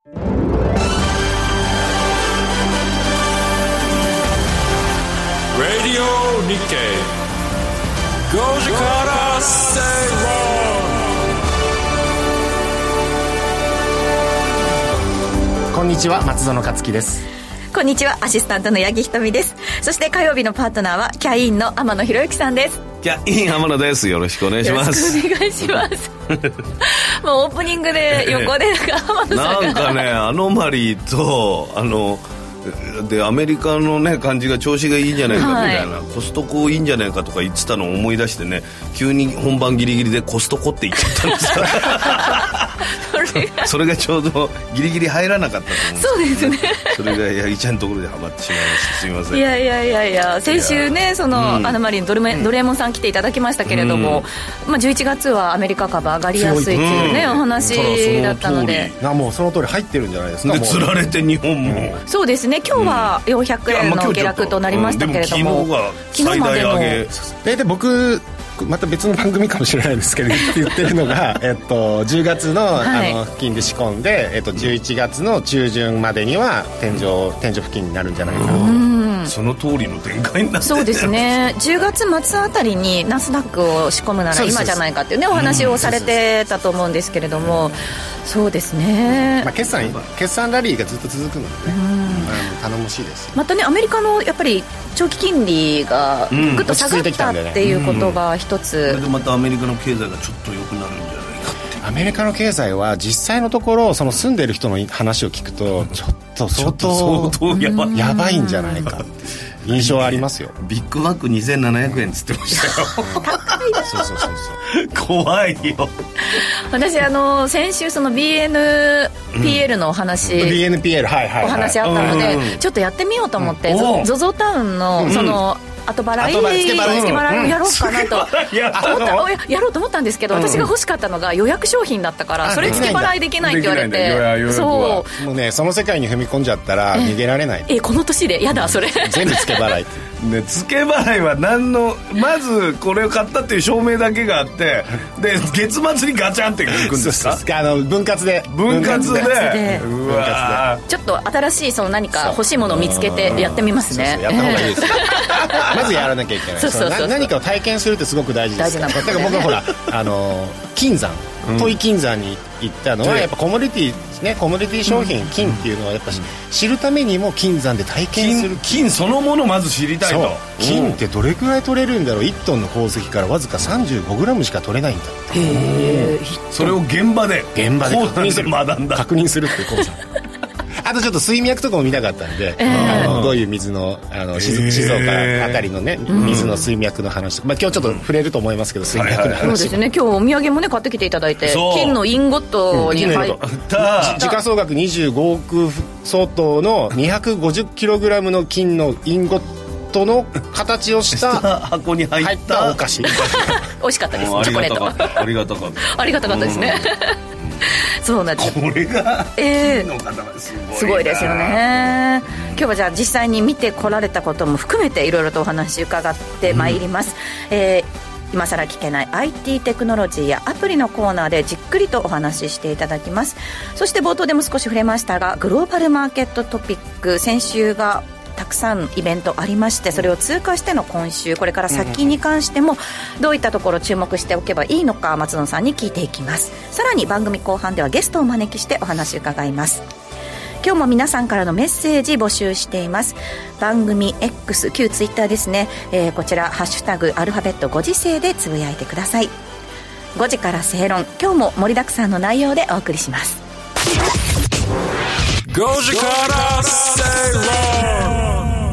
Radio Nikkei 5時から正論。こんにちは、松園克樹です。 こんにちは、アシスタントの八木ひとみです。そして火曜日のパートナーはキャインの天野博之さんです。 キャイン天野です。よろしくお願いします。 よろしくお願いしますもうオープニングで横で天野さんがなんかね、アノマリーとでアメリカのね感じが調子がいいんじゃないかみたいな、コストコいいんじゃないかとか言ってたのを思い出してね、急に本番ギリギリでコストコって言っちゃったんですよそれがちょうどギリギリ入らなかったと思うんですけど、ね、そうですねそれが八木ちゃんのところでハマってしまいましてすみません。 いや先週ね、その、アノマリーのドレーモンさん来ていただきましたけれども、11月はアメリカ株上がりやすいというね、お話だったので、 もうその通り入ってるんじゃないですか。 で釣られて日本も、 そうですね、今日は400円の下落となりましたけれども、 昨日までので僕また別の番組かもしれないですけど言ってるのが10月の、金で仕込んで、11月の中旬までには天井付近になるんじゃないかなと。 その通りの展開になってそうですね、10月末あたりにナスダックを仕込むなら今じゃないかっていうね、お話をされてたと思うんですけれども、そうですね、 決算ラリーがずっと続くのでね、頼もしいです。 またね、アメリカのやっぱり長期金利がぐっと下がったっていうことが一つ、 これでまたアメリカの経済がちょっと良くなるんじゃないかって。 アメリカの経済は実際のところ、その住んでる人の話を聞くとちょっと相当やばいんじゃないかって印象はありますよ。 ビッグマック2700円っつってましたよそう怖いよ。 私先週その BNPL のお話、 BNPL お話あったので、ちょっとやってみようと思って、ZOZO タウンのその後払い付け払いをやろうかなとやろうと思ったんですけど、私が欲しかったのが予約商品だったから、それ付け払いできないって言われて、そうもうね、その世界に踏み込んじゃったら逃げられない。 この年でやだそれ全部付け払いね、付け払いは何の、まずこれを買ったっていう証明だけがあって、で月末にガチャンっていくんですか。 分割でうわちょっと新しいその何か欲しいものを見つけてやってみますね。 やった方がいいですまずやらなきゃいけない。何かを体験するってすごく大事ですから。だから僕はほら金山トイ金山に行ったのは、やっぱコモディティ商品、金っていうのはやっぱ知るためにも金山で体験する。 金そのものをまず知りたいと。 金ってどれくらい取れるんだろう。1トンの鉱石からわずか 35g しか取れないんだって。 それを現場で確認するっていう講座あとちょっと水脈とかも見たかったんで、どういう水の静岡あたりのね、水の水脈の話とか、今日ちょっと触れると思いすけど、水脈の話、 そうですね、今日お土産もね買ってきていただいて、金のインゴットに入った時価総額25億相当の 250kg の金のインゴットの形をした箱に入ったお菓子美味しかったです。チョコレートありがたかったですね、そうなんです。 これがの方がすごいですよね。今日はじゃあ実際に見てこられたことも含めていろいろとお話伺ってまいります、今さら聞けない IT テクノロジーやアプリのコーナーでじっくりとお話ししていただきます。そして冒頭でも少し触れましたが、グローバルマーケットトピック、先週がたくさんイベントありまして、それを通過しての今週、これから先に関してもどういったところ注目しておけばいいのか、松野さんに聞いていきます。さらに番組後半ではゲストをお招きしてお話を伺います。今日も皆さんからのメッセージ募集しています。番組 X 旧ツイッターですね、こちらハッシュタグアルファベット5時制でつぶやいてください。5時から正論、今日も盛りだくさんの内容でお送りします。 5時から正論。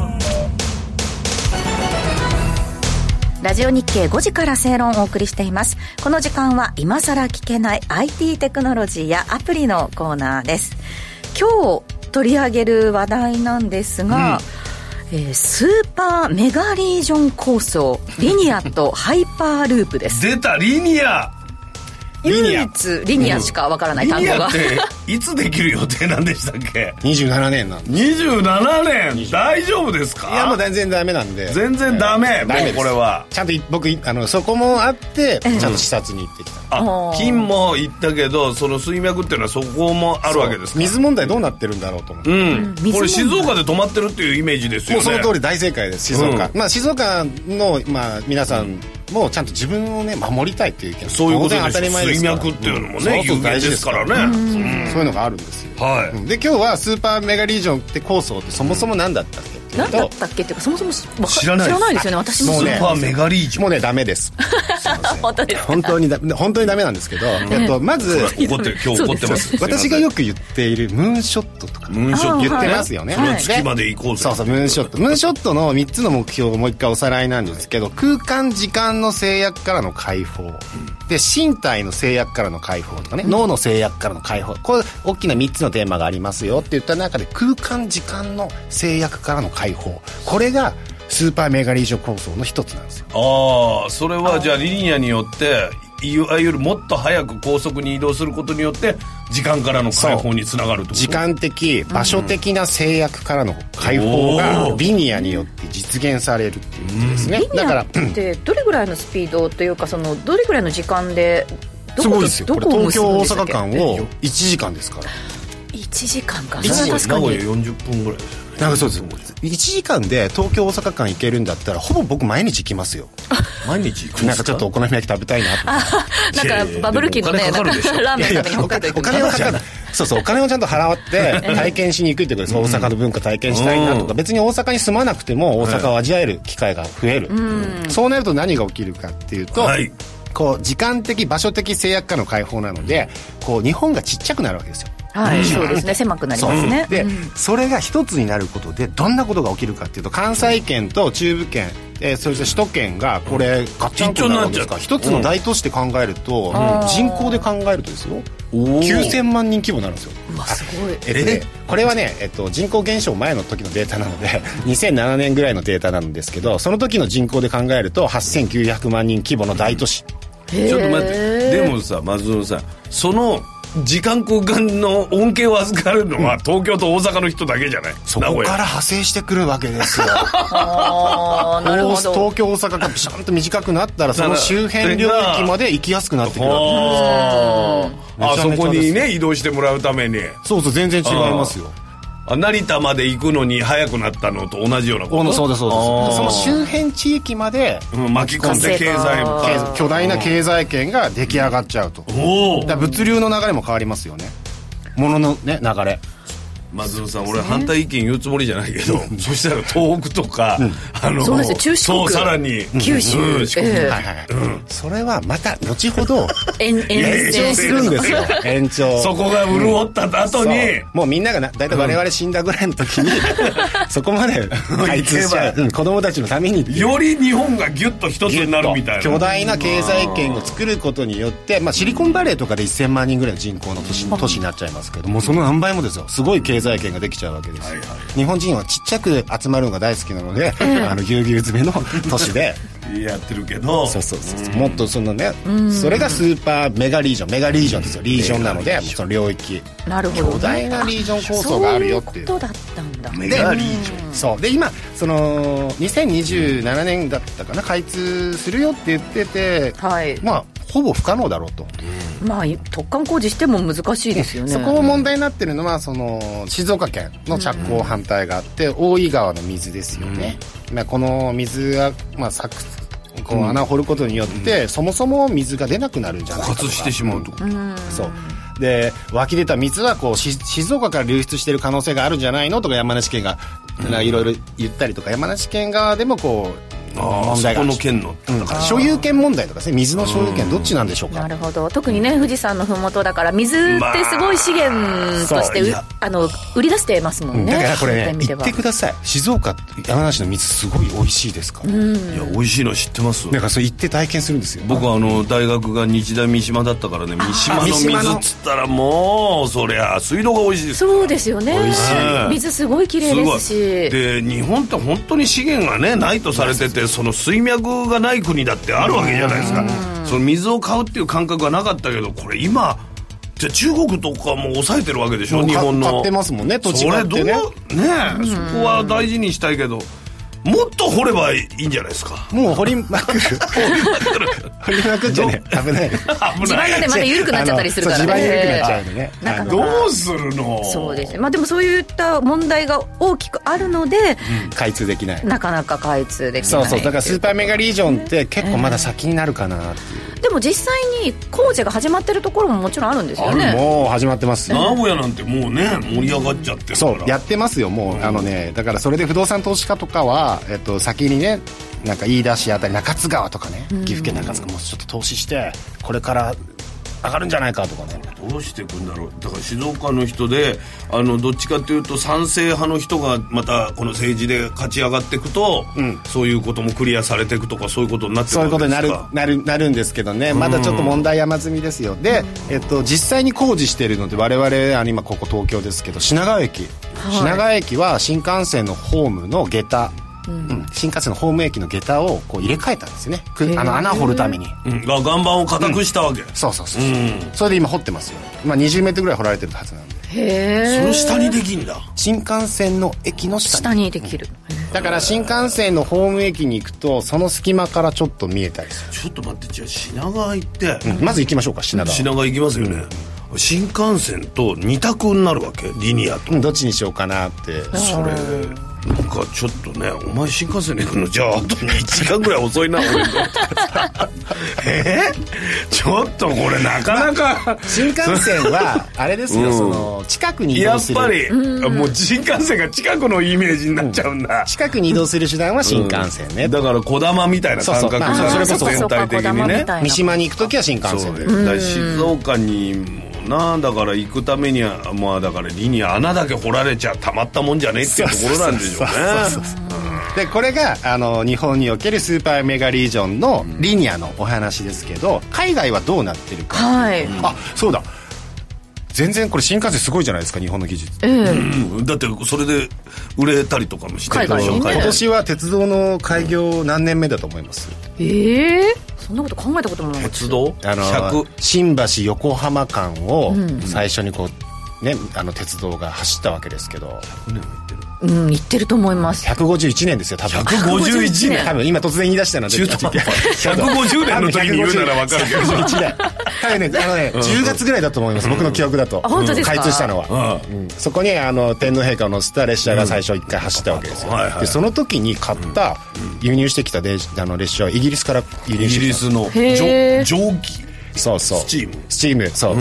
ラジオ日経5時から正論をお送りしています。この時間は今さら聞けない IT テクノロジーやアプリのコーナーです。今日取り上げる話題なんですが、スーパーメガリージョン構想、リニアとハイパーループです。 出たリニア。 唯一リニアしかわからない単語が、 リニアっていつできる予定なんでしたっけ 27年なんで。 27年大丈夫ですか？ いやもう全然ダメなんで。 全然ダメ、もうこれはちゃんと僕そこもあってちゃんと視察に行ってきた。 金も行ったけどその水脈っていうのはそこもあるわけですか？ 水問題どうなってるんだろうと思って、 これ静岡で止まってるっていうイメージですよね。 もうその通り大正解です。静岡、静岡の、皆さんもうちゃんと自分をね守りたいっていう意見、 そういうことです。 当たり前ですから。 水脈っていうのもね、有名ですからね。 そういうのがあるんですよ。で今日はスーパーメガリージョンって構想ってそもそも何だったっけっていうと、 何だったっけっていうかそもそも知らないですよね。私もスーパーメガリージョンもうねダメです。 本当ですか？ 本当にダメなんですけど、まず今日怒ってます。 私がよく言っているムーンショットとか言ってますよね。 月まで行こうぜ。 そうムーンショットの3つの目標をもう一回おさらいなんですけど、空間時間の制約からの解放で、身体の制約からの解放とかね、脳の制約からの解放、これ大きな3つのテーマがありますよって言った中で、空間時間の制約からの解放、これがスーパーメガリージョン構想の一つなんですよ。 それはじゃあリニアによっていわゆるもっと早く高速に移動することによって時間からの解放につながると。 時間的場所的な制約からの解放がリニアによって実現されるっていうことですね。 だからリニアってどれぐらいのスピードというか、どれぐらいの時間ですごいですよ。これ東京大阪間を1時間ですから。 1時間か。 名古屋40分ぐらいですよね。 なんかそうです。1時間で東京大阪間行けるんだったらほぼ僕毎日行きますよ。 毎日行くんですか？ なんかちょっとお好み焼き食べたいなとか。 なんかバブル期のね、ラーメン食べに北海道行く。 お金はかかる。そうお金をちゃんと払って体験しに行くってことです。大阪の文化体験したいなとか、別に大阪に住まなくても大阪を味わえる機会が増える。そうなると何が起きるかっていうと、こう時間的場所的制約からの解放なので、こう日本がちっちゃくなるわけですよ。 そうですね、狭くなりますね。 で、それが一つになることでどんなことが起きるかっていうと、関西圏と中部圏、そして首都圏がこれガッチャンコになるんですか。一つの大都市で考えると、人口で考えるとですよ、9000万人規模になるんですよ。 すごい。 これはね、人口減少前の時のデータなので2007年ぐらいのデータなんですけど、その時の人口で考えると8900万人規模の大都市。 ちょっと待って、でもさ松野さん、その時間空間の恩恵を預かるのは東京と大阪の人だけじゃない？ そこから派生してくるわけですよ。 なるほど。 東京大阪がピシャンと短くなったら、その周辺領域まで行きやすくなってくるわけです。 そこにね移動してもらうために。 そう全然違いますよ。 成田まで行くのに早くなったのと同じようなこと。 そうです。その周辺地域まで巻き込んで巨大な経済圏が出来上がっちゃうと。だ物流の流れも変わりますよね。物のね流れ。 松野さん、俺反対意見言うつもりじゃないけど、そしたら東北とか、 そうですよ、中四国、 さらに九州、 それはまた後ほど延長するんですよ。延長。 そこが潤った後に、 もうみんながだいたい我々死んだぐらいの時にそこまで開通しちゃう。子供たちのためにより日本がギュッと一つになるみたいな巨大な経済圏を作ることによって、シリコンバレーとかで1000万人ぐらいの人口の都市になっちゃいますけども、その何倍もですよ。すごい経済圏ができちゃうわけです。日本人はちっちゃく集まるのが大好きなので、ぎゅうぎゅう詰めの都市でやってるけど、 もっとそのね、それがスーパーメガリージョンですよ。リージョンなので、その領域、巨大なリージョン構想があるよっていう。 そういうことだったんだ。 メガリージョン。 そうで、今その2027年だったかな、開通するよって言ってて、ほぼ不可能だろうと。 突貫工事しても難しいですよね。 そこ問題になってるのは、その静岡県の着工反対があって、大井川の水ですよね。この水がこう穴を掘ることによって、そもそも水が出なくなるんじゃないかとか。 枯渇してしまうと。 そうで、湧き出た水はこう静岡から流出している可能性があるんじゃないのとか、山梨県がいろいろ言ったりとか、山梨県側でもこう問題がある。 そこの県の、 所有権問題とかですね、水の所有権どっちなんでしょうか。 なるほど。特にね、富士山の麓だから水ってすごい資源として、売り出してますもんね。 だからこれね、言ってください。静岡山梨の水すごい美味しいですから。いや美味しいの知ってます。 だからそれ行って体験するんですよ。 僕は大学が日大三島だったからね、三島の水っつったらもうそりゃ水道が美味しいです。 そうですよね。水すごい綺麗ですし。 で日本って本当に資源がねないとされてて、 その水脈がない国だってあるわけじゃないですか。その水を買うっていう感覚はなかったけど、これ今じゃあ中国とかも抑えてるわけでしょ、日本の。 買ってますもんね、土地買ってね。 そこは大事にしたいけど、もっと掘ればいいんじゃないですか。 もう掘りまくる掘りまくっちゃね、危ない地盤がねまた緩くなっちゃったりするからね。 地盤緩くなっちゃうんでね、 どうするの。 そうですね、でもそういった問題が大きくあるので、 開通できない、 なかなか開通できない。 そうだからスーパーメガリージョンって結構まだ先になるかなっていう、 でも実際に工事が始まってるところももちろんあるんですよね。 もう始まってますよ。 名古屋なんてもうね盛り上がっちゃってるから。 そうやってますよもう、だからそれで不動産投資家とかは、先にねなんか飯田市あたり中津川とかね、岐阜県中津川もちょっと投資してこれから上がるんじゃないかとかね。 どうしていくんだろう。だから静岡の人でどっちかというと賛成派の人がまたこの政治で勝ち上がっていくと、そういうこともクリアされていくとかそういうことになっていくわけですか。 そういうことになるんですけどね、まだちょっと問題山積みですよ。で、実際に工事しているので我々今ここ東京ですけど品川駅、品川駅は新幹線のホームの下駄、新幹線のホーム駅の下駄をこう入れ替えたんですよね、穴を掘るために、 岩盤を固くしたわけ、 そう、それで今掘ってますよ。20メートルぐらい掘られてるはずなんで。 その下にできんだ。 新幹線の駅の下にできる。 だから新幹線のホーム駅に行くとその隙間からちょっと見えたりする。 ちょっと待って、じゃあ品川行って、 まず行きましょうか。品川行きますよね、 新幹線と二択になるわけ、リニアと、 どっちにしようかなって。 それなんかちょっとね、お前新幹線で行くのじゃああと1時間ぐらい遅いな俺ちょっとこれなかなか新幹線はあれですよ、その近くに移動する、 やっぱり、もう新幹線が近くのイメージになっちゃうんだ、 近くに移動する手段は新幹線ね、 だからこだまみたいな感覚が、 それこそ全体的にね、 三島に行くときは新幹線で、 だから静岡にもだから行くためにはだからリニア穴だけ掘られちゃたまったもんじゃねえっていうところなんでしょうね。 でこれが日本におけるスーパーメガリージョンのリニアのお話ですけど、海外はどうなってるか、そうだ、全然これ新幹線すごいじゃないですか、日本の技術、 だってそれで売れたりとかもしてるでしょ。 今年は鉄道の開業何年目だと思います？ そんなこと考えたこともなかった。 鉄道新橋横浜間を最初に鉄道が走ったわけですけど、 言ってると思います。 151年ですよ多分。 151年多分今突然言い出したので 150年の時に言うなら分かるけど 151年多分ね10月ぐらいだと思います、僕の記憶だと。 本当ですか？ 開通したのは、そこに天皇陛下を乗せた列車が最初1回走ったわけですよ、でその時に買った輸入してきた列車はイギリスから輸入してきた、 イギリスの蒸気、 そうスチーム、そう、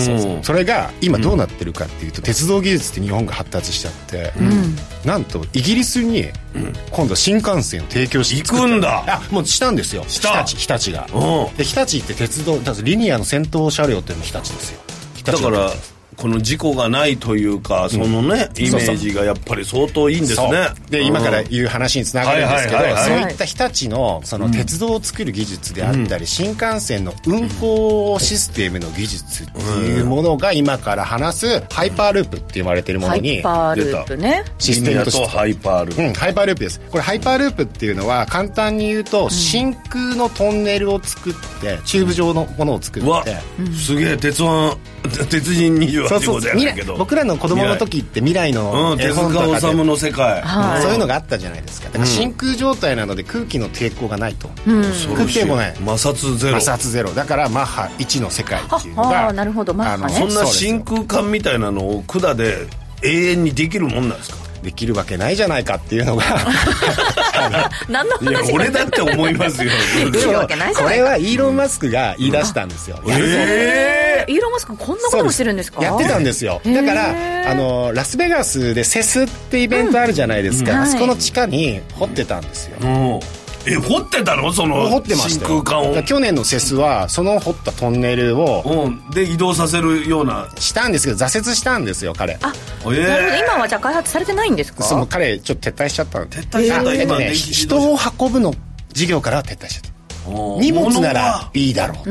それが今どうなってるかっていうと、鉄道技術って日本が発達しちゃって、なんとイギリスに今度新幹線を提供して行くんだ。 もうしたんですよ、日立が、で日立って鉄道リニアの先頭車両っていうのも日立ですよ。 だからこの事故がないというか、そのね、イメージがやっぱり相当いいんですね。 で今から言う話につながるんですけど、そういった日立のその鉄道を作る技術であったり、新幹線の運行システムの技術っていうものが今から話すハイパーループって言われてるものに、 ハイパーループね、 システムとしてハイパーループ、 ハイパーループです。これハイパーループっていうのは簡単に言うと、真空のトンネルを作ってチューブ状のものを作って、 すげえ鉄人28号じゃないけど、 僕らの子供の時って未来の手塚治虫の世界、 そういうのがあったじゃないですか。だから真空状態なので空気の抵抗がないと、空気抵抗ない、 摩擦ゼロだからマッハ1の世界っていうのが、 なるほど、マッハね。 そんな真空管みたいなのを管で永遠にできるもんなんですか？ できるわけないじゃないかっていうのが何の話？ いや俺だって思いますよでもこれはイーロン・マスクが言い出したんですよ。 イーロン・マスクこんなこともしてるんですか？ やってたんですよ。だからラスベガスでセスってイベントあるじゃないですか、あそこの地下に掘ってたんですよ。 掘ってたの？その掘ってましたよ。 真空管を。 去年のセスはその掘ったトンネルを、 で移動させるようなしたんですけど挫折したんですよ彼。 なるほど、今はじゃあ開発されてないんですか？ そう、彼ちょっと撤退しちゃったの。 撤退しちゃった。今ね、 人を運ぶの事業からは撤退しちゃった。荷物ならいいだろうと。 高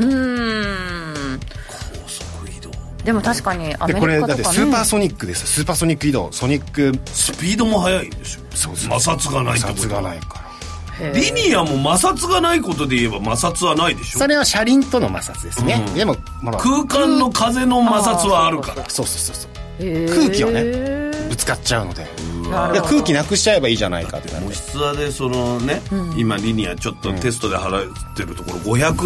速移動でも確かにアメリカとか、ね、 これだってスーパーソニックです。スーパーソニック移動、ソニックスピードも速いんですよ。 そう摩擦がないってこと。 摩擦がないから。 リニアも摩擦がないことで言えば摩擦はないでしょ。 それは車輪との摩擦ですね、でも、 空間の風の摩擦はあるから。 そう空気をねぶつかっちゃうので、空気なくしちゃえばいいじゃないかってモシツアでそのね、今リニアちょっとテストで払ってるところ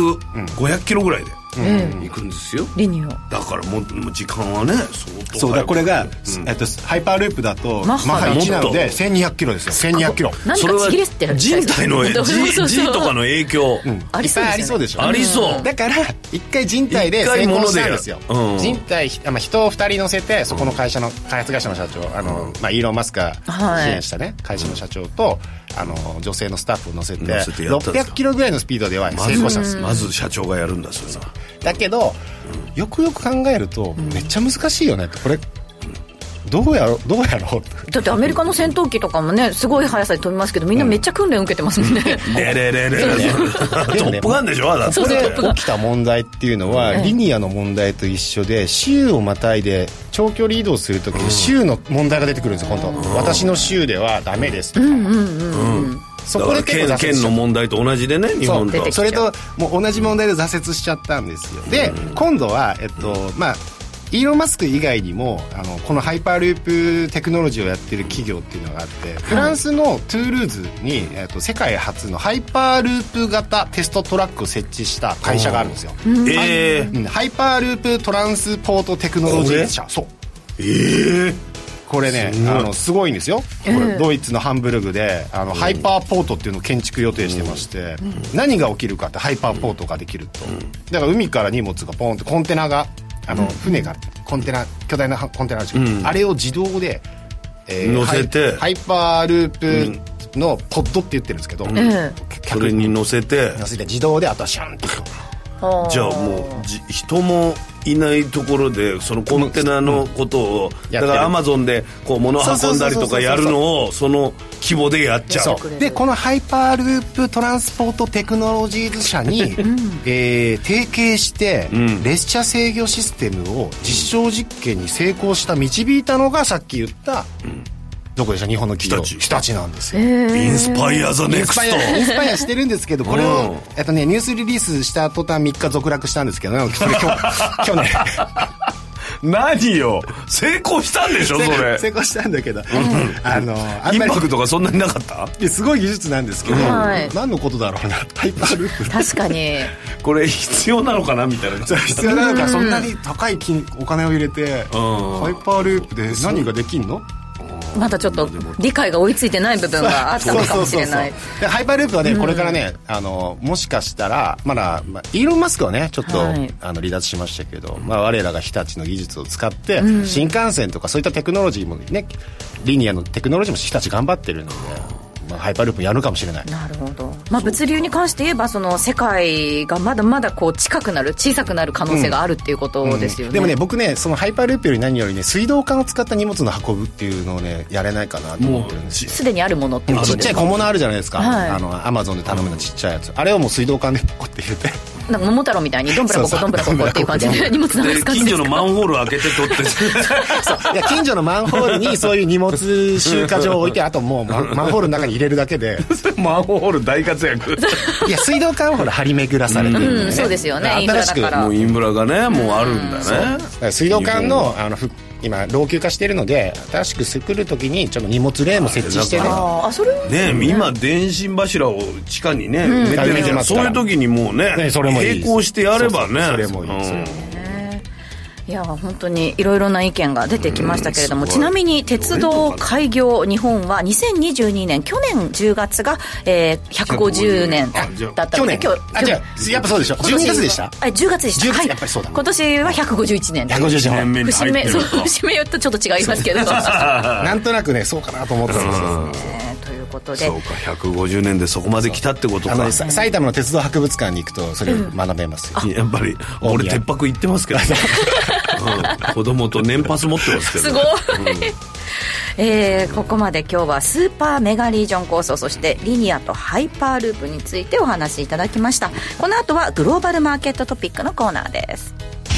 500キロぐらいで行くんですよ、 リニアだからもう時間はね相当。 そうだ、これが、ハイパーループだとマッハ1なので1200キロですよ。1200キロ。 それは人体の G とかの影響、 いっぱいありそうでしょ。 ありそう。 だから一回人体で成功したんですよ。人体、人を2人乗せて、そこの会社の開発会社の社長、イーロン・マスクが支援したね会社の社長と女性のスタッフを乗せて600キロぐらいのスピードでは成功したんです。 まず社長がやるんだそれは。 だけどよくよく考えるとめっちゃ難しいよねって。これどうやろうだってアメリカの戦闘機とかもねすごい速さで飛びますけどみんなめっちゃ訓練受けてますもんね。トップガンでしょ。 それで起きた問題っていうのはリニアの問題と一緒で、州をまたいで長距離移動するときに州の問題が出てくるんですよ。今度私の州ではダメですとか、そこで県の問題と同じでね、日本とそれともう同じ問題で挫折しちゃったんですよ。で今度はイーロン・マスク以外にもこのハイパーループテクノロジーをやってる企業っていうのがあって、フランスのトゥールーズに、世界初のハイパーループ型テストトラックを設置した会社があるんですよ。ハイパーループトランスポートテクノロジー社。そうこれねすごいんですよ。これドイツのハンブルグでハイパーポートっていうのを建築予定してまして、何が起きるかってハイパーポートができると、だから海から荷物がポンってコンテナが船が巨大なコンテナあるんですけど、あれを自動で、 乗せてハイパーループのポッドって言ってるんですけど、 それに乗せて自動であとはシャンってじゃあもう人もいないところでそのコンテナのことを、だからアマゾンでこう物運んだりとかやるのをその規模でやっちゃう。 でこのハイパーループトランスポートテクノロジーズ社に、提携して、列車制御システムを実証実験に成功した導いたのがさっき言った、どこでしょう、日本の企業日立なんですよ。 インスパイアザネクスト。 インスパイアしてるんですけど、これをニュースリリースした途端3日続落したんですけど、それ去年何よ成功したんでしょ。それ成功したんだけど、 インパクトがそんなになかった。 すごい技術なんですけど、何のことだろうな。ハイパーループ確かにこれ必要なのかなみたいな。 必要なのか、そんなに高いお金を入れてハイパーループで何ができんの。 まだちょっと理解が追いついてない部分があったのかもしれない。 ハイパーループはね、これからねもしかしたらまだ、イーロン・マスクはねちょっと、離脱しましたけど、我らが日立の技術を使って、新幹線とかそういったテクノロジーもね、リニアのテクノロジーも日立頑張ってるので、ハイパーループやるかもしれない。 なるほど。物流に関して言えばその世界がまだまだこう近くなる小さくなる可能性があるっていうことですよね。 でもね僕ねそのハイパーループより何よりね水道管を使った荷物の運ぶっていうのをねやれないかなと思ってるんですよ。 すでにあるものっていうことですか。 ちっちゃい小物あるじゃないですか、アマゾンで頼むのちっちゃいやつ、あれをもう水道管でポコって入れてなんか桃太郎みたいにどんぶらここどんぶらここっていう感じで荷物流す感じですか。 近所のマンホール開けて取ってそういや近所のマンホールにそういう荷物集荷場を置いて、あともうマンホールの中に入れるだけでマンホール大活躍。 いや水道管ほら張り巡らされてるんで、ね、 そうですよね。新しくもうインフラがねもうあるんだね。 水道管の今老朽化しているので新しく作るときにちょっと荷物レーンも設置してね。 それね今電信柱を地下にね埋めてるじゃん。そういう時にもうねそれもいい並行してやればね。 それもいいですよ。 いや本当にいろいろな意見が出てきましたけれども、ちなみに鉄道開業日本は2022年去年10月が、150年だったので、 去年やっぱそうでしょ。12月でした。 10月でした。 はい、やっぱりそうだ。 今年は151年。 151年節目節目とちょっと違いますけどなんとなくねそうかなと思ったんですよ。 ということで、 そうか150年でそこまで来たってことか。 埼玉の鉄道博物館に行くとそれを学べますよ。 やっぱり俺鉄泊行ってますけど子供と年パス持ってますけど、 すごい、ここまで今日はスーパーメガリージョン構想、そしてリニアとハイパーループについてお話しいただきました。この後はグローバルマーケットトピックのコーナーです。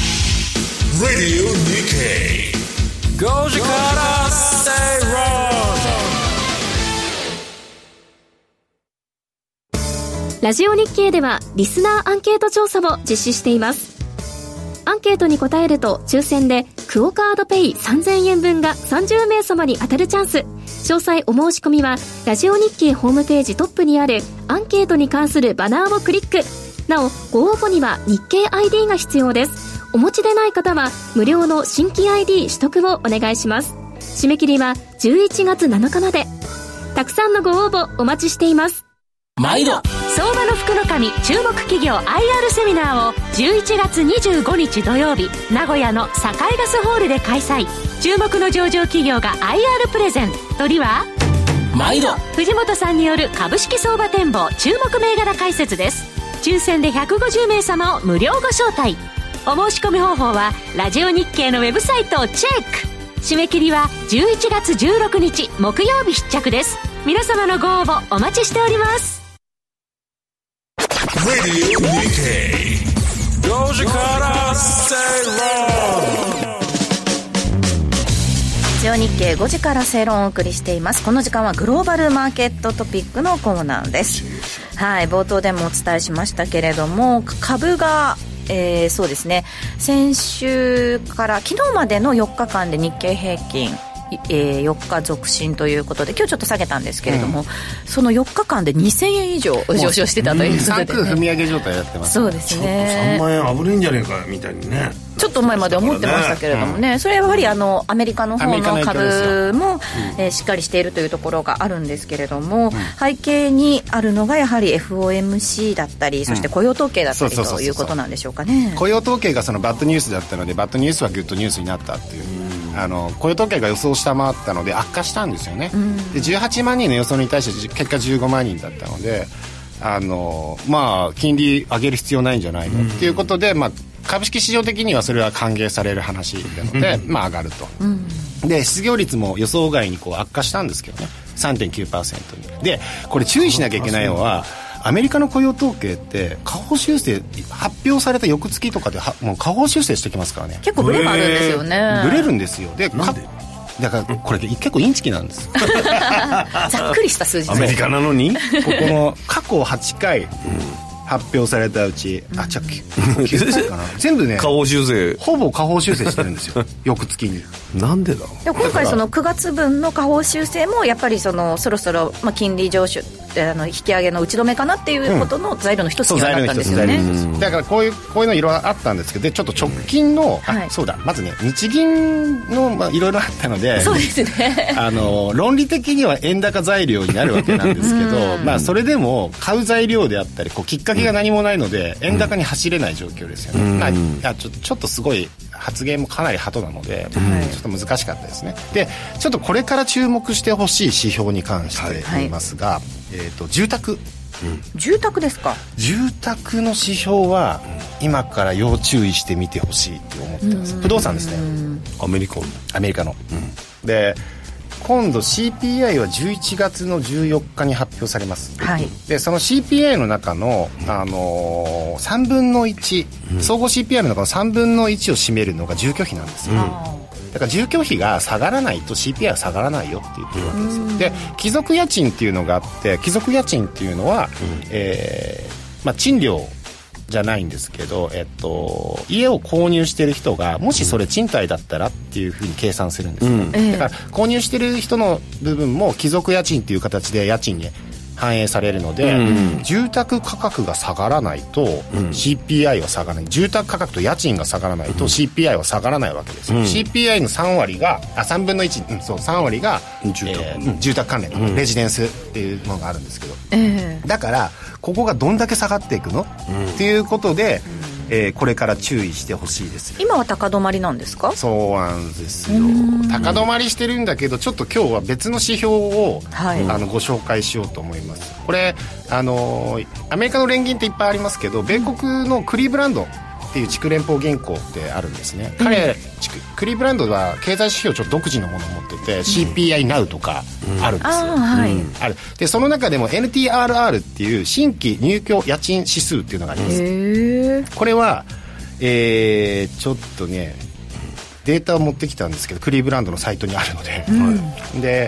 Radio Nikkei 5時から Stay Wrong ラジオ日経ではリスナーアンケート調査も実施しています。アンケートに答えると抽選でクオカードペイ3000円分が30名様に当たるチャンス。詳細お申し込みはラジオ日経ホームページトップにあるアンケートに関するバナーをクリック。なおご応募には日経 ID が必要です。お持ちでない方は無料の新規 ID 取得をお願いします。締め切りは11月7日まで。たくさんのご応募お待ちしています。 毎度相場の福の神注目企業 IR セミナーを11月25日土曜日名古屋の栄ガスホールで開催。注目の上場企業が IR プレゼン。鳥は毎度藤本さんによる株式相場展望注目銘柄解説です。抽選で150名様を無料ご招待。お申し込み方法はラジオ日経のウェブサイトをチェック。締め切りは11月16日木曜日必着です。皆様のご応募お待ちしております。 Radio Nikkei Goji Kara Say Wrong。 ラジオ日経5時から正論をお送りしています。この時間はグローバルマーケットトピックのコーナーです。はい、冒頭でもお伝えしましたけれども、株がそうですね、先週から昨日までの4日間で日経平均4日続伸ということで、今日ちょっと下げたんですけれども、その4日間で2000円以上上昇してたということで、 3踏み上げ状態やってます。 そうですね、 3万円危ないんじゃねえかみたいにね、 ちょっと前まで思ってましたけれどもね、それはやはりアメリカの方の株もしっかりしているというところがあるんですけれども、背景にあるのがやはり FOMC だったり、そして雇用統計だったりということなんでしょうかね。 雇用統計がそのバッドニュースだったので、バッドニュースはグッドニュースになったっていう、雇用統計が予想を下回ったので悪化したんですよね。で18万人の予想に対して結果15万人だったので、金利上げる必要ないんじゃないのっていうことで、株式市場的にはそれは歓迎される話なので、上がると、で失業率も予想外に悪化したんですけどね、 3.9% に。でこれ注意しなきゃいけないのは、アメリカの雇用統計って下方修正発表された翌月とかでもう下方修正してきますからね。 結構ブレがあるんですよね。 ブレるんですよ。でだからこれ結構インチキなんですざっくりした数字アメリカなのにここの過去8回発表されたうち、9回かな全部ね、 下方修正、 ほぼ下方修正してるんですよ翌月に。 なんでだ。 今回その9月分の下方修正もやっぱりそろそろ金利上昇引き上げの打ち止めかなっていうことの材料の一つにはなったんですよね。 だからこういうのいろいろあったんですけど、でちょっと直近の、そうだ、まずね日銀のいろいろあったので、 そうですね論理的には円高材料になるわけなんですけどそれでも買う材料であったりきっかけが何もないので、円高に走れない状況ですよね。ちょっとすごい発言もかなりハトなので、ちょっと難しかったですね。でちょっとこれから注目してほしい指標に関して言いますが、住宅ですか。 住宅の指標は今から要注意して見てほしいと思ってます。不動産ですね。 アメリカの、 で今度 CPI は11月の14日に発表されます、でその CPI の中の、3分の1、総合 CPI の中の3分の1を占めるのが住居費なんですよ、だから住居費が下がらないと CPI は下がらないよって言ってるわけですよ。で貴族家賃っていうのがあって、貴族家賃っていうのは、賃料じゃないんですけど、家を購入してる人がもしそれ賃貸だったらっていうふうに計算するんですよ、だから購入してる人の部分も貴族家賃っていう形で家賃に反映されるので、住宅価格が下がらないと CPI は下がらない、住宅価格と家賃が下がらないと CPI は下がらないわけですよ、CPI の3割が3分の1、3割が住宅関連のレジデンスっていうのがあるんですけど、だからここがどんだけ下がっていくの、っていうことで、これから注意してほしいです。 今は高止まりなんですか。 そうなんですよ。高止まりしてるんだけど、ちょっと今日は別の指標を、ご紹介しようと思います。これアメリカの連銀っていっぱいありますけど、米国のクリーブランドっていう地区連邦銀行ってあるんですね。クリーブランドは経済指標ちょっと独自のものを持ってて、CPI Now とかあるんですよ、ある。でその中でも NTRR っていう新規入居家賃指数っていうのがあります。これは、ちょっとねデータを持ってきたんですけど、クリーブランドのサイトにあるので、で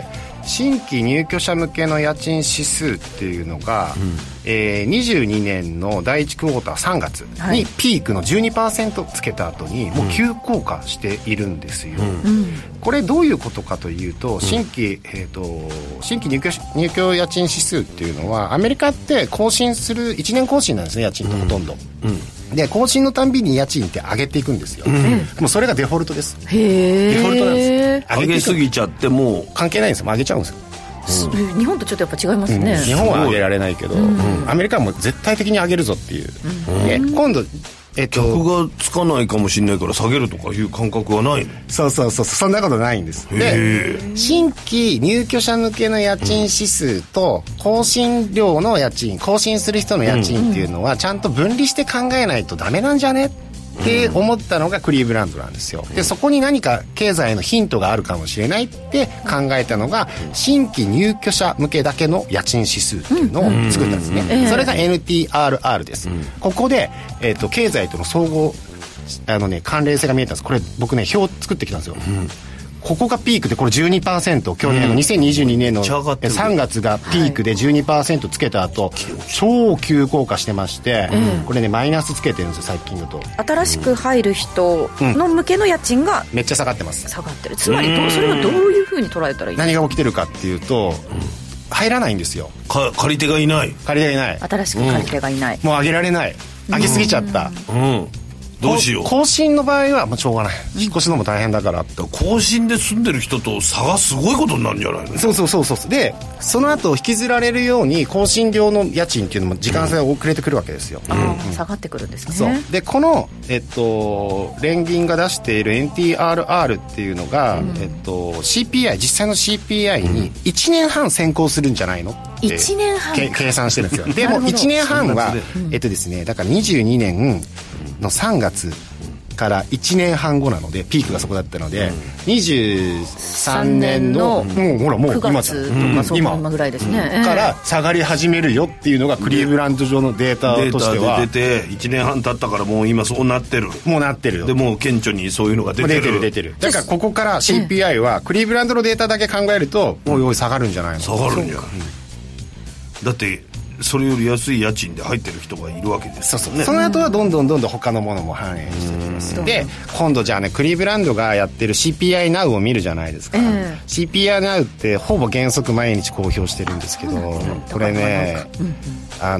新規入居者向けの家賃指数っていうのが、22年の第1クォーター3月にピークの 12% つけた後にもう急降下しているんですよ、これどういうことかというと、新規入居家賃指数っていうのはアメリカって更新する1年更新なんですね、家賃ってほとんど、で更新のたんびに家賃って上げていくんですよ、もうそれがデフォルトです。 デフォルトなんです。 上げすぎちゃってもう関係ないんですよ、上げちゃうんですよ。 日本とちょっとやっぱ違いますね、 日本は上げられないけど、アメリカはもう絶対的に上げるぞっていう、で今度客がつかないかもしれないから下げるとかいう感覚はないの？ そうそんなことないんです。で新規入居者向けの家賃指数と更新料の家賃、更新する人の家賃っていうのはちゃんと分離して考えないとダメなんじゃねって思ったのがクリーブランドなんですよ。でそこに何か経済のヒントがあるかもしれないって考えたのが新規入居者向けだけの家賃指数っていうのを作ったんですね、それが NTRR です、ここで、経済との総合関連性が見えたんです。これ僕ね表作ってきたんですよ、ここがピークでこれ 12%、 去年の2022年の3月がピークで 12% つけた後、超急降下してまして、これねマイナスつけてるんですよ最近だと。 新しく入る人の向けの家賃がめっちゃ下がってます。 下がってる。つまりそれはどういうふうに捉えたらいい？ 何が起きてるかっていうと、入らないんですよ。 借り手がいない。 新しく借り手がいない、 もう上げられない、上げすぎちゃった、 どうしよう。 更新の場合はもうしょうがない、引っ越しのも大変だから、 更新で住んでる人と差がすごいことになるんじゃないの？ そうでその後引きずられるように更新料の家賃っていうのも時間差が遅れてくるわけですよ、 下がってくるんですね。 そうでこの、連銀が出している NTRR っていうのが、CPI 実際の CPI に1年半先行するんじゃないのって 1年半計算してるんですよ。でも1年半はですね、だから22年の3月から1年半後なので、ピークがそこだったので、23年のもうほらもう 9月とか今ぐらいですね、 から下がり始めるよっていうのがクリーブランド上のデータとしては出て1年半経ったからもう今そうなってる。 もうなってるよ。 でもう顕著にそういうのが出てる。 だからここから CPI はクリーブランドのデータだけ考えるともう下がるんじゃないの？ 下がるんじゃない、だってそれより安い家賃で入ってる人がいるわけですよね。 その後はどんどん他のものも反映してきます。で今度じゃあね、クリーブランドがやってる CPI Now を見るじゃないですか、CPI Now ってほぼ原則毎日公表してるんですけど、これね、コア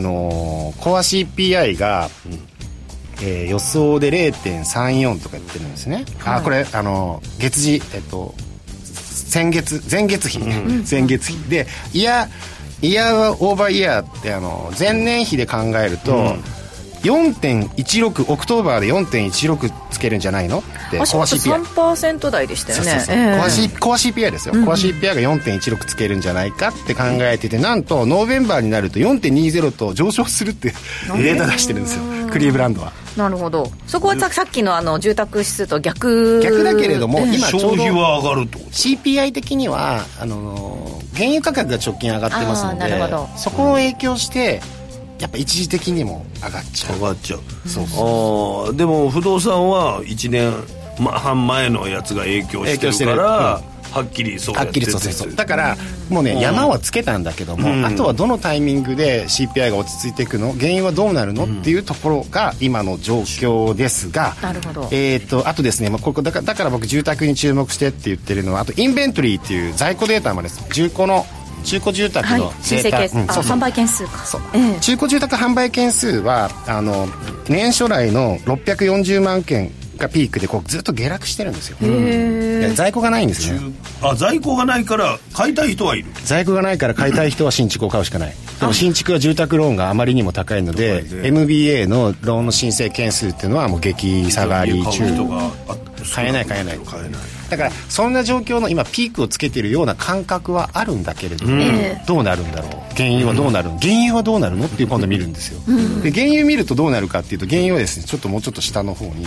CPI が、予想で 0.34 とか言ってるんですね、これ月次、前月比でイヤーオーバーイヤーって前年比で考えると、4.16 オクトーバーで 4.16 つけるんじゃないのってコア CPI 3% 台でしたよね。 コア CPI ですよ、コア CPI が 4.16 つけるんじゃないかって考えてて、なんとノーベンバーになると 4.20 と上昇するってデータ出してるんですよ、クリーブランドは。 なるほど。そこはさっきの住宅指数と逆だけれども、今ちょうど消費は上がると CPI 的には原油価格が直近上がってますので、そこを影響してやっぱ一時的にも上がっちゃう。 そうでも不動産は1年半前のやつが影響してるから、はっきりそうやってそうだからもうね、山はつけたんだけども、あとはどのタイミングで CPI が落ち着いていくの、原油はどうなるの、っていうところが今の状況ですが、 なるほど。 あとですね、ここだから僕住宅に注目してって言ってるのは、あとインベントリーっていう在庫データもです、中古住宅のデータ、 販売件数か。 中古住宅販売件数は年初来の640万件がピークでずっと下落してるんですよ。在庫がないんですね。 在庫がないから買いたい人はいる。 在庫がないから買いたい人は新築を買うしかない。でも新築は住宅ローンがあまりにも高いので、MBA のローンの申請件数っていうのはもう激下がり中。買えない。だからそんな状況の今ピークをつけているような感覚はあるんだけれども、どうなるんだろう、原油はどうなるのっていう今度見るんですよ。で原油見るとどうなるかっていうと、原油はですね、もうちょっと下の方に、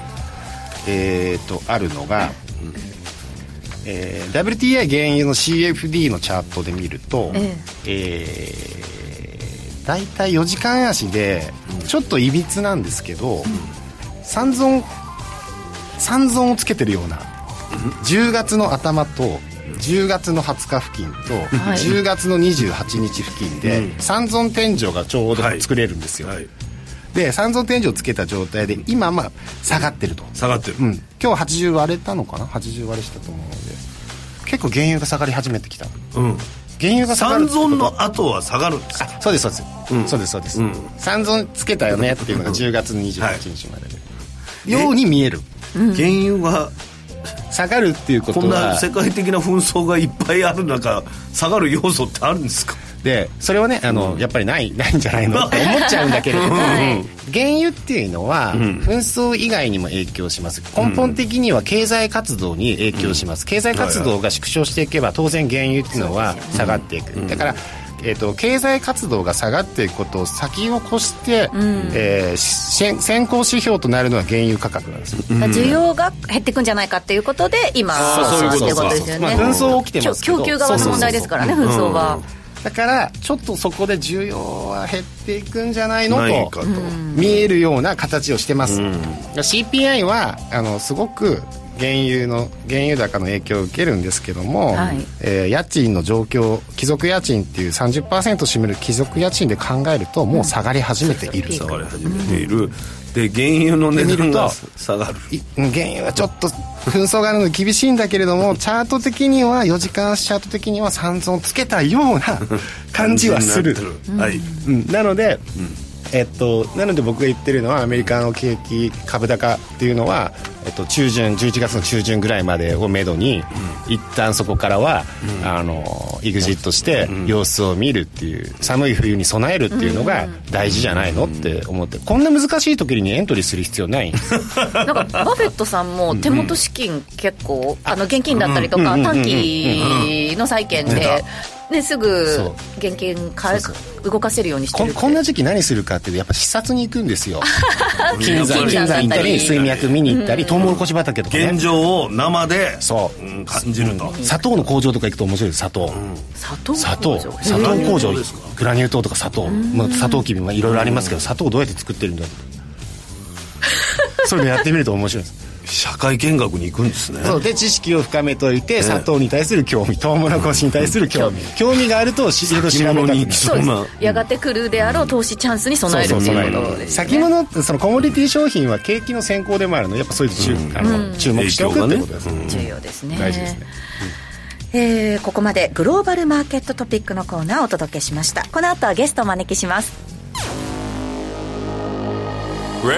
あるのが、WTI 原油の CFD のチャートで見ると、だいたい4時間足でちょっといびつなんですけど、三尊をつけてるような、10月の頭と 10月の20日付近と10月の28日付近で三尊天井がちょうど作れるんですよ、で三尊天井をつけた状態で今下がってると、 下がってる、 今日80割れたのかな、80割れしたと思うので結構原油が下がり始めてきた、原油が下がる、 三尊の後は下がるんですか？ そうです、そうです、三尊つけたよねっていうのが10月28日までで、ように見える、 原油が下がるっていうことは、 こんな世界的な紛争がいっぱいある中下がる要素ってあるんですか？ でそれはねやっぱりないんじゃないのって思っちゃうんだけれども、原油っていうのは、紛争以外にも影響します。根本的には経済活動に影響します、経済活動が縮小していけば当然原油っていうのは下がっていく、だから経済活動が下がっていくことを先を越して、先行指標となるのは原油価格なんですよ、 需要が減っていくんじゃないかっていうことで今そういうことですよね、 紛争起きてますけど供給側の問題ですからね、紛争は、 だからちょっとそこで需要は減っていくんじゃないのと見えるような形をしてます、CPI はすごく原油高の影響を受けるんですけども、家賃の状況、貴族家賃っていう 30% 占める貴族家賃で考えるともう下がり始めている、 下がり始めている、で原油の値段が下がる、 原油はちょっと紛争があるので厳しいんだけれどもチャート的には4時間足チャート的には三尊つけたような感じはする、なので、なので僕が言ってるのはアメリカの景気株高っていうのは、11月の中旬ぐらいまでをめどに、一旦そこからは、エグジットして様子を見るっていう、寒い冬に備えるっていうのが大事じゃないのって思って、こんな難しい時にエントリーする必要ないなんかバフェットさんも手元資金結構、現金だったりとか、短期の債券で、すぐ現金動かせるようにしてるって。 こんな時期何するかってやっぱ視察に行くんですよ金山行ったり水脈見に行ったり、トウモロコシ畑とかね、 現状を生で感じると、 砂糖の工場とか行くと面白いです。砂糖工場、グラニュー糖とか砂糖、砂糖きびもいろいろありますけど、砂糖どうやって作ってるんだそれでやってみると面白いです。 社会見学に行くんですね。 そうで知識を深めておいて、砂糖に対する興味、トウモロコシに対する興味があるといろいろ調べたくなる。 やがて来るであろう投資チャンスに備えるっていうことですね。 先物、そのコモディティ商品は景気の先行でもあるので、やっぱそういう注目しておくってことです、 重要ですね。 大事ですね。 ここまでグローバルマーケットトピックのコーナーをお届けしました。この後はゲストをお招きします。 Radio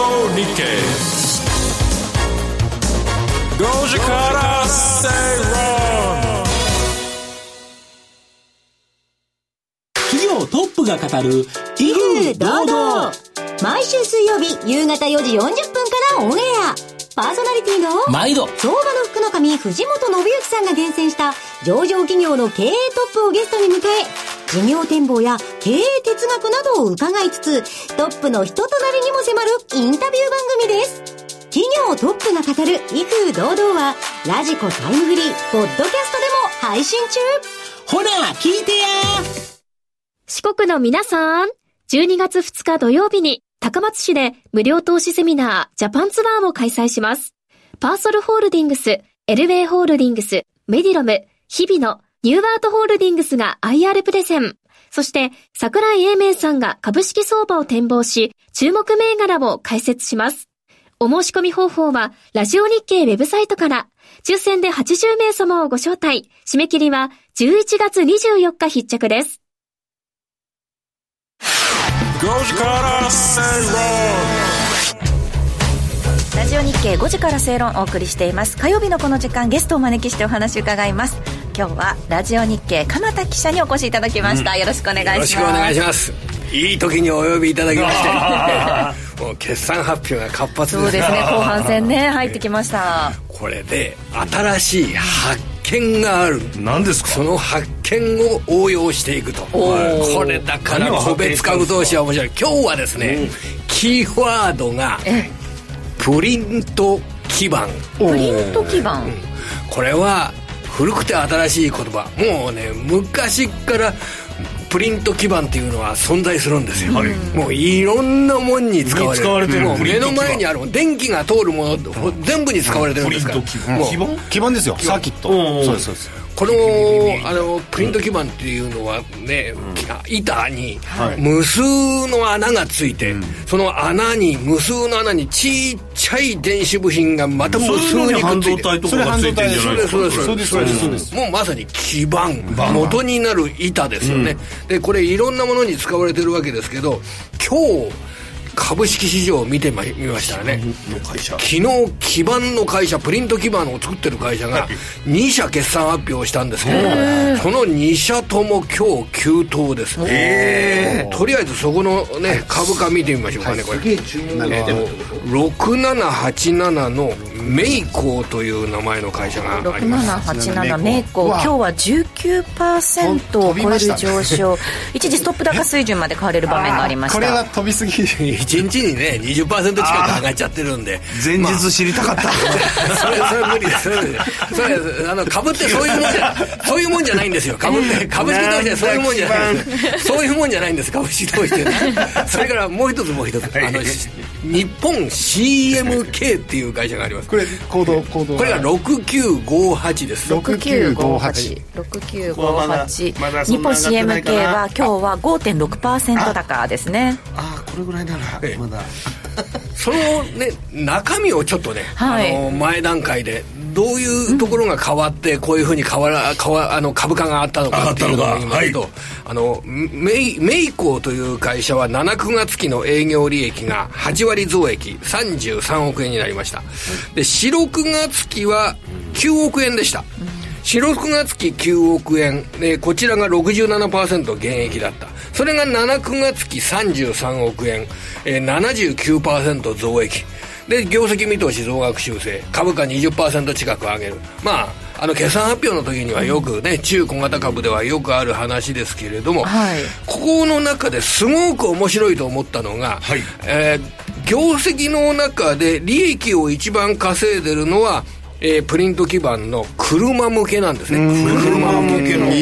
Nikkei5時から正論。企業トップが語る威風堂々。 毎週水曜日夕方4時40分からオンエア。パーソナリティの毎度相場の福の神藤本信之さんが厳選した上場企業の経営トップをゲストに迎え、事業展望や経営哲学などを伺いつつ、トップの人となりにも迫るインタビュー番組です。企業トップが語る威風堂々はラジコタイムフリーポッドキャストでも配信中。 ほら聞いてや。 四国の皆さん、12月2日土曜日に高松市で無料投資セミナージャパンツアーを開催します。パーソルホールディングス、エルウェイホールディングス、メディロム、日々野、ニューアートホールディングスが IR プレゼン。そして桜井英明さんが株式相場を展望し、注目銘柄を解説します。お申し込み方法はラジオ日経ウェブサイトから。抽選で80名様をご招待。締め切りは11月24日必着です。 5時から正論。 ラジオ日経5時から正論をお送りしています。火曜日のこの時間、ゲストをお招きしてお話を伺います。今日はラジオ日経鎌田記者にお越しいただきました。よろしくお願いします。 よろしくお願いします。いい時にお呼びいただきましてもう決算発表が活発です。 そうですね、後半戦ね入ってきました。 これで新しい発見がある。 何ですか？ その発見を応用していくと。これだから個別株投資は面白い。今日はですね、キーワードがプリント基盤。 プリント基盤、 これは古くて新しい言葉。もうね、昔からプリント基板っていうのは存在するんですよ、もういろんなもんに使われる、もう目の前にある電気が通るもの全部に使われてるんですから。 基板ですよ、サーキット。そうですそうです。 このプリント基板っていうのはね、板に無数の穴がついて、その無数の穴にちっちゃい電子部品がまた無数にくっついて、 半導体とかがついてるんじゃないですか。 そうです。もうまさに基板、元になる板ですよね。でこれいろんなものに使われてるわけですけど、今日株式市場を見てみましたらね、昨日基板の会社、プリント基板を作ってる会社が2社決算発表したんですけど、その2社とも今日急騰です。とりあえずそこのね株価見てみましょうかね。これ6787のメイコーという名前の会社があります。 6787メイコー、今日は 19% を超える上昇、一時ストップ高水準まで買われる場面がありました。 これは飛びすぎ 1日にね 20% 近く上がっちゃってるんで、 前日知りたかった、 それ無理です。それ株ってそういうもんじゃないんですよ。株って株式投資はそういうもんじゃないんです。そういうもんじゃないんです、株式投資って。それからもう一つ、日本 CMK っていう会社があります。 これコードこれが6958です。 6958日本 CMK は今日は 5.6% 高ですね。 これぐらいならまだそのね中身をちょっとね、前段階でどういうところが変わってこういうふうに株価があったのかっていうのを言いますと、メイコーという会社は7、9月期の営業利益が8割増益33億円になりました。で4、6月期は9億円でした。4、6月期9億円、こちらが 67% 減益だった。それが7、9月期33億円、79% 増益で、業績見通し増額修正、株価 20% 近く上げる。決算発表の時にはよくね、中小型株ではよくある話ですけれども、ここの中ですごく面白いと思ったのが、業績の中で利益を一番稼いでるのはプリント基板の車向けなんですね。車向けの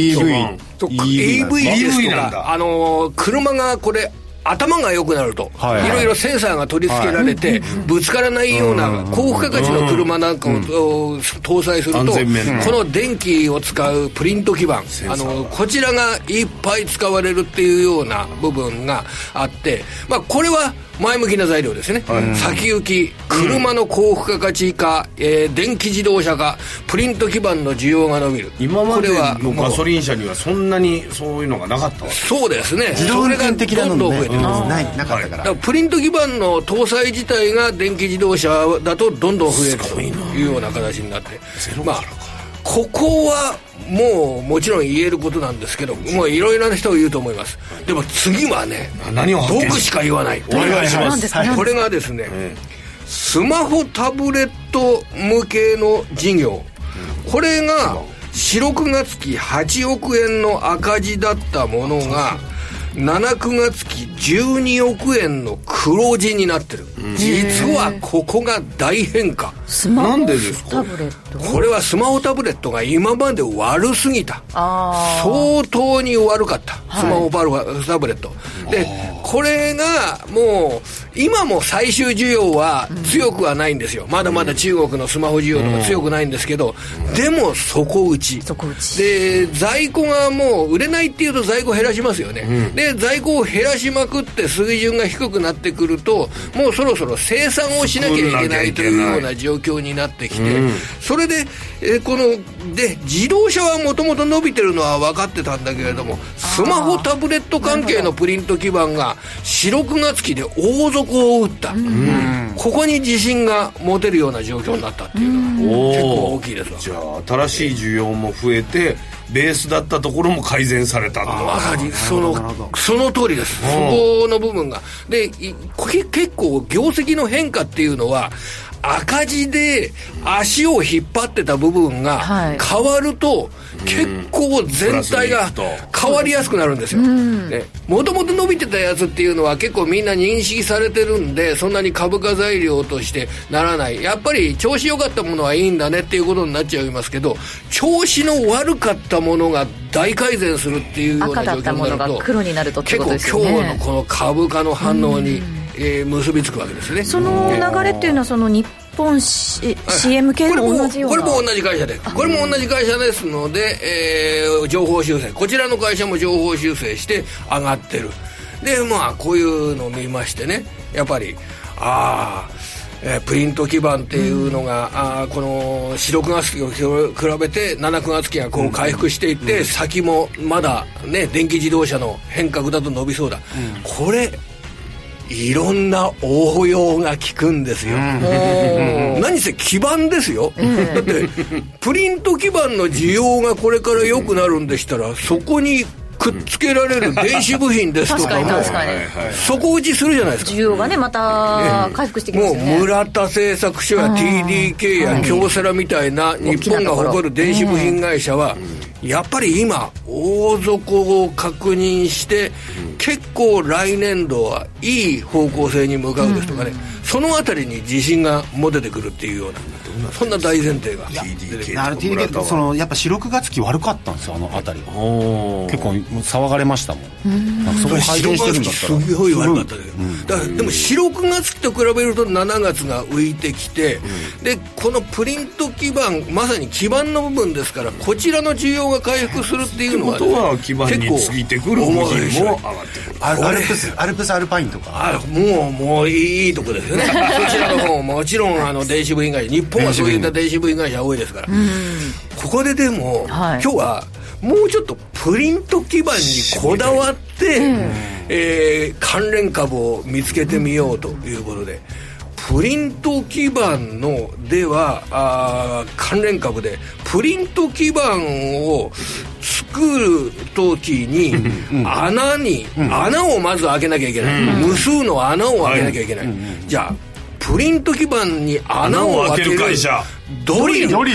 EV ですとか、車がこれ頭が良くなると、いろいろセンサーが取り付けられて、ぶつからないような高付加価値の車なんかを搭載すると、この電気を使うプリント基板、こちらがいっぱい使われるっていうような部分があって、これは前向きな材料ですね。先行き車の高付加価値化、電気自動車化、プリント基板の需要が伸びる。 今までのガソリン車にはそんなにそういうのがなかったわけ。 そうですね。 自動運転的なのどんどん増えてる。 なかったから。 プリント基板の搭載自体が電気自動車だとどんどん増えるというような形になって、ここはもちろん言えることなんですけど、もういろいろな人が言うと思います。でも次はね、僕しか言わない。お願いします。これがですね、スマホタブレット向けの事業、これが4、6月期8億円の赤字だったものが7、9月期12億円の黒字になってる。実はここが大変化。 なんでですか？ これはスマホタブレットが今まで悪すぎた。相当に悪かった、スマホタブレットで、これがもう今も最終需要は強くはないんですよ。まだまだ中国のスマホ需要とか強くないんですけど、でも底打ちで、在庫がもう売れないっていうと在庫減らしますよね。で在庫を減らしまくって水準が低くなってくると、もうそろそろ生産をしなきゃいけないというような状況になってきて、それで自動車はもともと伸びてるのは分かってたんだけれども、スマホタブレット関係のプリント基板が4、6月期で大底を打った。ここに自信が持てるような状況になったっていうのは結構大きいですわ。 じゃあ新しい需要も増えて、ベースだったところも改善された。 まさにその通りです。そこの部分がで、結構業績の変化っていうのは赤字形で足を引っ張ってた部分が変わると、結構全体が変わりやすくなるんですよ。もともと伸びてたやつっていうのは結構みんな認識されてるんで、そんなに株価材料としてならない。やっぱり調子良かったものはいいんだねっていうことになっちゃいますけど、調子の悪かったものが大改善するっていうような状況になると、 赤だったものが黒になるとってことですよね。 結構今日のこの株価の反応に、結びつくわけですね。 その流れっていうのはその日本CM 系も同じような、 これも同じ会社で、これも同じ会社ですので、情報修正、こちらの会社も情報修正して上がってる。でまあこういうのを見ましてね、やっぱりプリント基盤っていうのが、この4、6月期を比べて7、9月期がこう回復していって、先もまだね電気自動車の変革だと伸びそうだ、これいろんな応用が効くんですよ。何せ基盤ですよ。だってプリント基盤の需要がこれから良くなるんでしたら、そこにくっつけられる電子部品ですとかも底打ちするじゃないですか。 需要がねまた回復してきますよね。 もう村田製作所や TDK や京セラみたいな日本が誇る電子部品会社はやっぱり今大底を確認して結構来年度はいい方向性に向かうですとかね、そのあたりに自信が持ててくるっていうような、そんな大前提が出てくる。 TDK そのやっぱ4、6月期悪かったんですよ、あのあたり結構騒がれましたもん。なんかそこ改善してるんだったらすごい悪かったけど、だからでも4、6月期と比べると7月が浮いてきて、でこのプリント基盤、まさに基盤の部分ですから、こちらの需要が回復するっていうのは、ね、 ってことは基盤についてくる部品も上がってくる。 アルプスアルパインとかもういいとこですよね。そちらの方ももちろん電子部品会社、日本はそういった電子部品会社多いですから、ここででも、今日はもうちょっとプリント基盤にこだわって、関連株を見つけてみようということで、プリント基盤のでは関連株でプリント基盤を作るときに穴をまず開けなきゃいけない、無数の穴を開けなきゃいけない、じゃあプリント基盤に穴を開ける会社、ドリルこ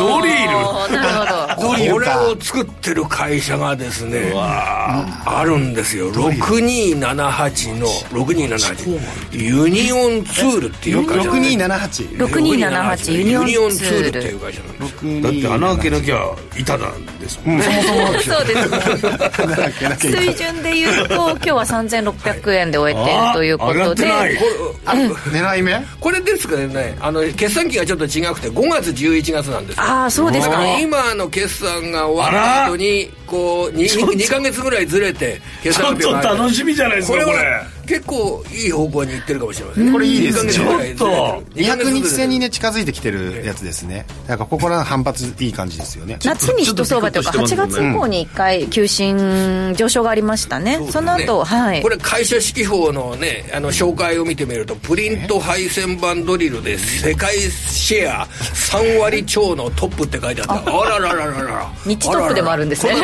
れを作ってる会社がですねあるんですよ。6278のユニオンツールっていう会社、 6278ユニオンツールっていう会社なんです。 だって穴開けなきゃ板なんですもん、 そもそもそうです水準でいうと今日は3600円で終えているということで、 狙い目これですからね、決算期がちょっと違くて5月11月なんですよ。 そうですか。 今の決算が終わった後にこう 2ヶ月ぐらいずれて決算発表がちょっと楽しみじゃないですか。これ結構いい方向にいってるかもしれませんね。 これいいですね。 ちょっと 200日線にね近づいてきてるやつですね。だからここら反発いい感じですよね。 夏に一相場というか8月以降に1回急進上昇がありましたね。その後、 これ会社指揮法のね紹介を見てみると、プリント配線板ドリルで世界シェア3割超のトップって書いてあった。あららららら、 日トップでもあるんですね。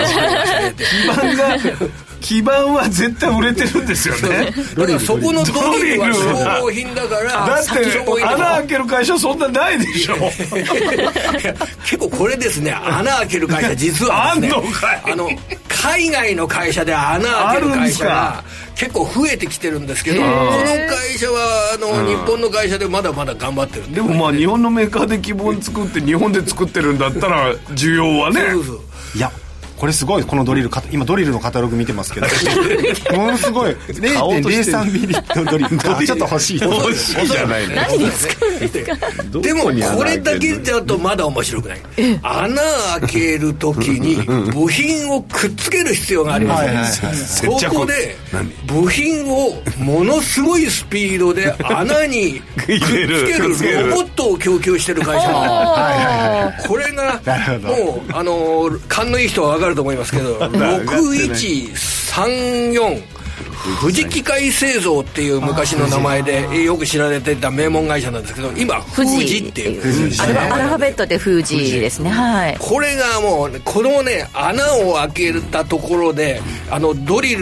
基盤は絶対売れてるんですよね。 だからそこのドリルは消耗品だから、 だって穴開ける会社そんなないでしょ。 結構これですね、穴開ける会社実はですね、海外の会社で穴開ける会社が結構増えてきてるんですけど、この会社は日本の会社でまだまだ頑張ってる。 でもまあ日本のメーカーで基盤作って日本で作ってるんだったら需要はね。 いやこれすごい、このドリル、今ドリルのカタログ見てますけどものすごい 0.03 ミリのドリルちょっと欲しいじゃないの。 何に使うんですか。 でもこれだけだとまだ面白くない。穴開けるときに部品をくっつける必要がありますね。そこで部品をものすごいスピードで穴にくっつけるロボットを供給してる会社なんです。これがもう勘のいい人は分かると思いますけど、6134 富士機械製造っていう昔の名前でよく知られてた名門会社なんですけど、今富士っていうアルファベットで富士ですね。はい。 これがもうこのね穴を開けたところでドリル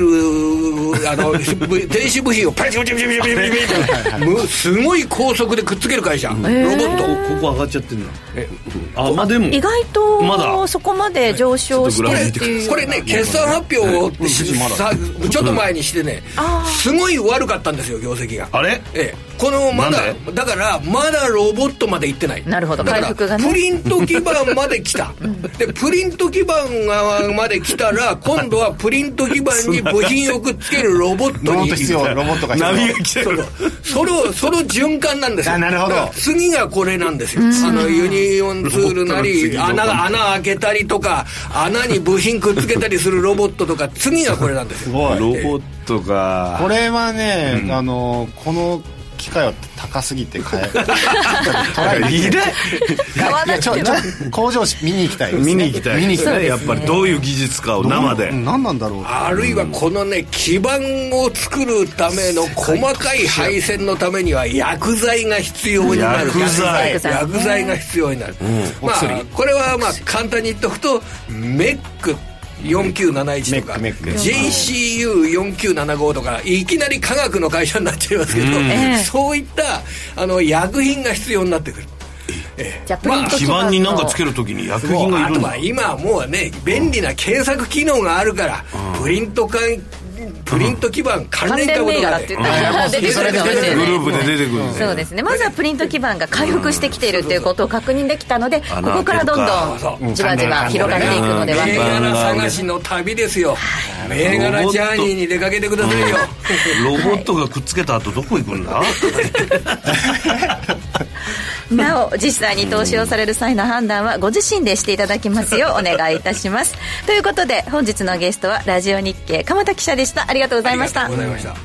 電子部品をパチパチパチパチパチパチすごい高速でくっつける会社、ロボット。 ここ上がっちゃってるの。まあでも意外とそこまで上昇してるっていう。 これね決算発表をちょっと前にしてね、すごい悪かったんですよ業績が。 あれ？ このだからまだロボットまで行ってない。 なるほど。 だからプリント基板まで来たでプリント基板まで来たら今度はプリント基板に部品をくっつけるロボットにロボットがナビが来てる。 その循環なんですよ。 なるほど。 次がこれなんですよ。ユニオンツールなり穴開けたりとか穴に部品くっつけたりするロボットとか次がこれなんですよ。 すごい。 ロボットがこれはね、この機械は高すぎて買えいで工場見に行きたいですね。 見に行きたいですね。やっぱりどういう技術かを生で何なんだろう。 あるいはこのね基板を作るための細かい配線のためには薬剤が必要になる。薬剤が必要になる。まあこれはまあ簡単に言っておくとメック4971とか JCU4975 とかいきなり科学の会社になっちゃいますけど、そういった薬品が必要になってくる。 じゃあプリント基板に何かつけるときに薬品がいるんだ。 あとは今もうね便利な検索機能があるから、プリント基板関連株とかでグループで出てくる。 そうですね。まずはプリント基板が回復してきているということを確認できたので、ここからどんどんじわじわ広がっていくのでは。 銘柄探しの旅ですよ。銘柄ジャーニーに出かけてくださいよ。 ロボットがくっつけた後どこ行くんだなお実際に投資をされる際の判断はご自身でしていただきますようお願いいたします。ということで本日のゲストはラジオ日経鎌田記者でした。ありがとうございました。 ありがとうございました。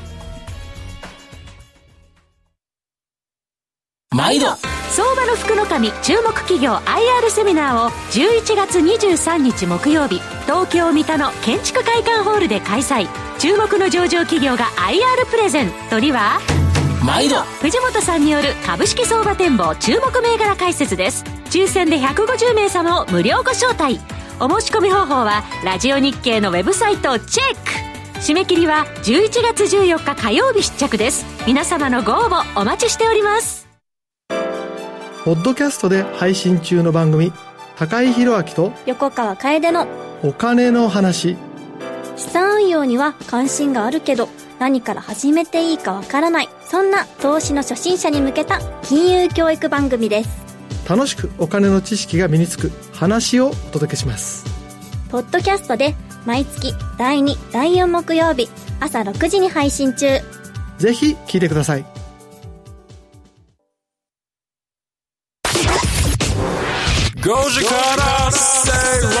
毎度相場の福の神注目企業 IR セミナーを11月23日木曜日東京三田の建築会館ホールで開催。注目の上場企業が IR プレゼン。鳥は毎度藤本さんによる株式相場展望注目銘柄解説です。抽選で150名様を無料ご招待。お申し込み方法はラジオ日経のウェブサイトをチェック。締め切りは11月14日火曜日出着です。皆様のご応募お待ちしております。 ポッドキャストで配信中の番組、高井宏明と横川楓のお金の話。 資産運用には関心があるけど何から始めていいかわからない、そんな投資の初心者に向けた金融教育番組です。 楽しくお金の知識が身につく話をお届けします。 ポッドキャストで毎月第2、第4木曜日朝6時に配信中。 ぜひ聞いてください。 5時から正論。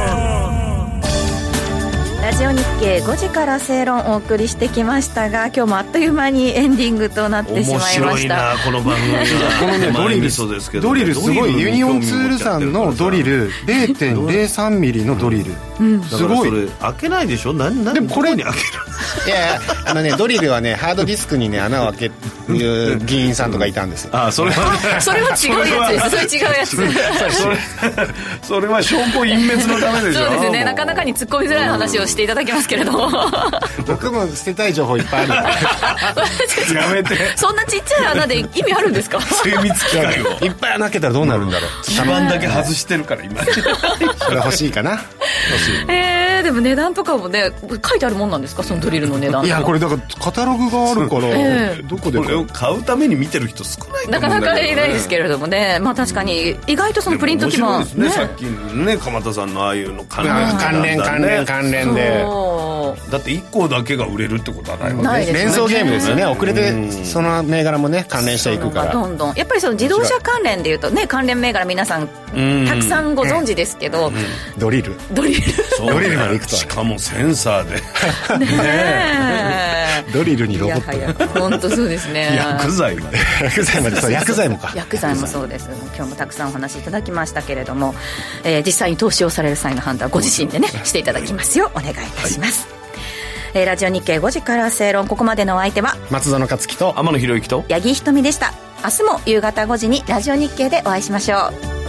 ラジオ日経5時から正論をお送りしてきましたが、今日もあっという間にエンディングとなってしまいました。 面白いなこの番組は。 このねドリルすごい。ユニオンツールさんのドリル 0.03 ミリのドリル、 すごい。それ開けないでしょ。でもこれに開ける。 いやドリルはねハードディスクにね穴を開ける議員さんとかいたんですよ。 それは違うやつです。それ違うやつ。 それは証拠隠滅のためでしょ。 そうですね。なかなかに突っ込みづらい話をしていただきますけれども、 僕も捨てたい情報いっぱいあるからやめて。 そんなちっちゃい穴で意味あるんですか。 精密機械をいっぱい穴開けたらどうなるんだろう。 基板だけ外してるから今。 それ欲しいかな。欲しい。 でも値段とかもね書いてあるもんなんですか、そのドリルの値段。 いやこれだからカタログがあるから、どこでこれを買うために見てる人少ないと思うんだけど、ね、 なかなかいないですけれどもね。まあ確かに意外とそのプリント基板面白いですね。さっきね鎌田さんのああいうの関連でだって1個だけが売れるってことはないわけです。 連想ゲームですよね。遅れてその銘柄もね関連していくから、 どんどんやっぱりその自動車関連でいうとね、関連銘柄皆さんたくさんご存知ですけど、 ドリルまでいくとしかもセンサーでドリルにロボット。 本当そうですね。 薬剤までそう薬剤もか。 薬剤もそうです。今日もたくさんお話いただきましたけれども、実際に投資をされる際の判断はご自身でねしていただきますようお願いいたします。 ラジオ日経5時から正論、ここまでのお相手は松園克樹と天野博之と八木ひとみでした。明日も夕方5時にラジオ日経でお会いしましょう。